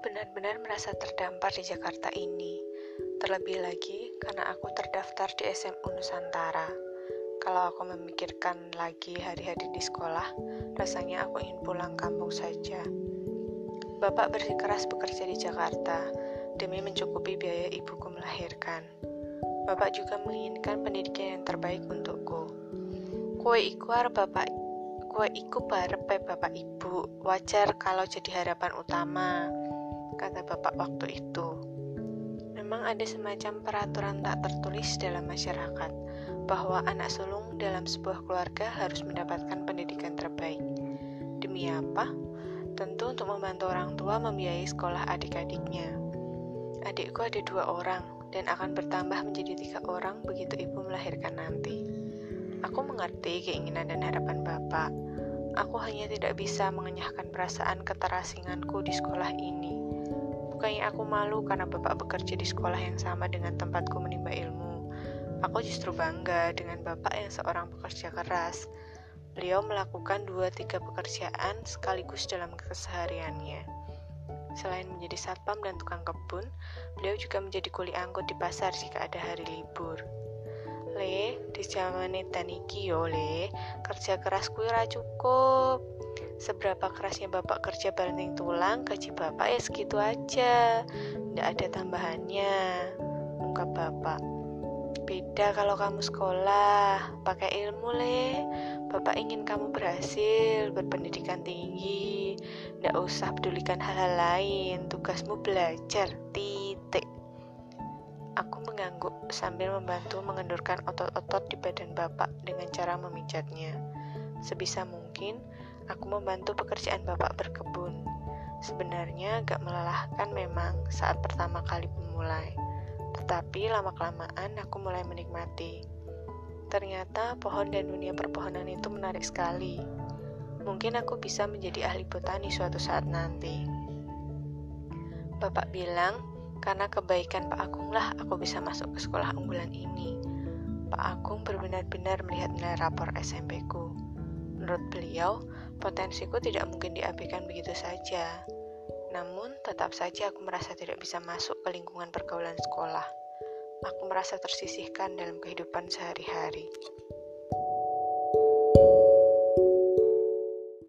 benar-benar merasa terdampar di Jakarta ini. Terlebih lagi karena aku terdaftar di SMU Nusantara. Kalau aku memikirkan lagi hari-hari di sekolah, rasanya aku ingin pulang kampung saja. Bapak bersikeras bekerja di Jakarta demi mencukupi biaya ibuku melahirkan. Bapak juga menginginkan pendidikan yang terbaik untukku. Kue iku barep bapak ibu, wajar kalau jadi harapan utama, kata bapak waktu itu. Memang ada semacam peraturan tak tertulis dalam masyarakat bahwa anak sulung dalam sebuah keluarga harus mendapatkan pendidikan terbaik. Demi apa? Tentu untuk membantu orang tua membiayai sekolah adik-adiknya. Adikku ada 2 orang dan akan bertambah menjadi 3 orang begitu ibu melahirkan nanti. Aku mengerti keinginan dan harapan bapak. Aku hanya tidak bisa mengenyahkan perasaan keterasinganku di sekolah ini. Bukannya aku malu karena bapak bekerja di sekolah yang sama dengan tempatku menimba ilmu. Aku justru bangga dengan bapak yang seorang pekerja keras. Beliau melakukan 2-3 pekerjaan sekaligus dalam kesehariannya. Selain menjadi satpam dan tukang kebun, beliau juga menjadi kuli angkut di pasar jika ada hari libur. Le, di zaman edan iki yo le, kerja keras kuwi ora cukup. Seberapa kerasnya bapak kerja banting tulang, gaji bapak ya segitu aja. Nggak ada tambahannya, ungkap bapak. Beda kalau kamu sekolah, pakai ilmu le. Bapak ingin kamu berhasil, berpendidikan tinggi. Nggak usah pedulikan hal-hal lain, tugasmu belajar, titik. Aku mengangguk sambil membantu mengendurkan otot-otot di badan bapak dengan cara memijatnya. Sebisa mungkin, aku membantu pekerjaan bapak berkebun. Sebenarnya agak melelahkan memang saat pertama kali memulai. Tetapi lama-kelamaan aku mulai menikmati. Ternyata pohon dan dunia perpohonan itu menarik sekali. Mungkin aku bisa menjadi ahli botani suatu saat nanti. Bapak bilang, karena kebaikan Pak Agung lah aku bisa masuk ke sekolah unggulan ini. Pak Agung benar-benar melihat nilai rapor SMP-ku. Menurut beliau, potensiku tidak mungkin diabaikan begitu saja. Namun, tetap saja aku merasa tidak bisa masuk ke lingkungan pergaulan sekolah. Aku merasa tersisihkan dalam kehidupan sehari-hari.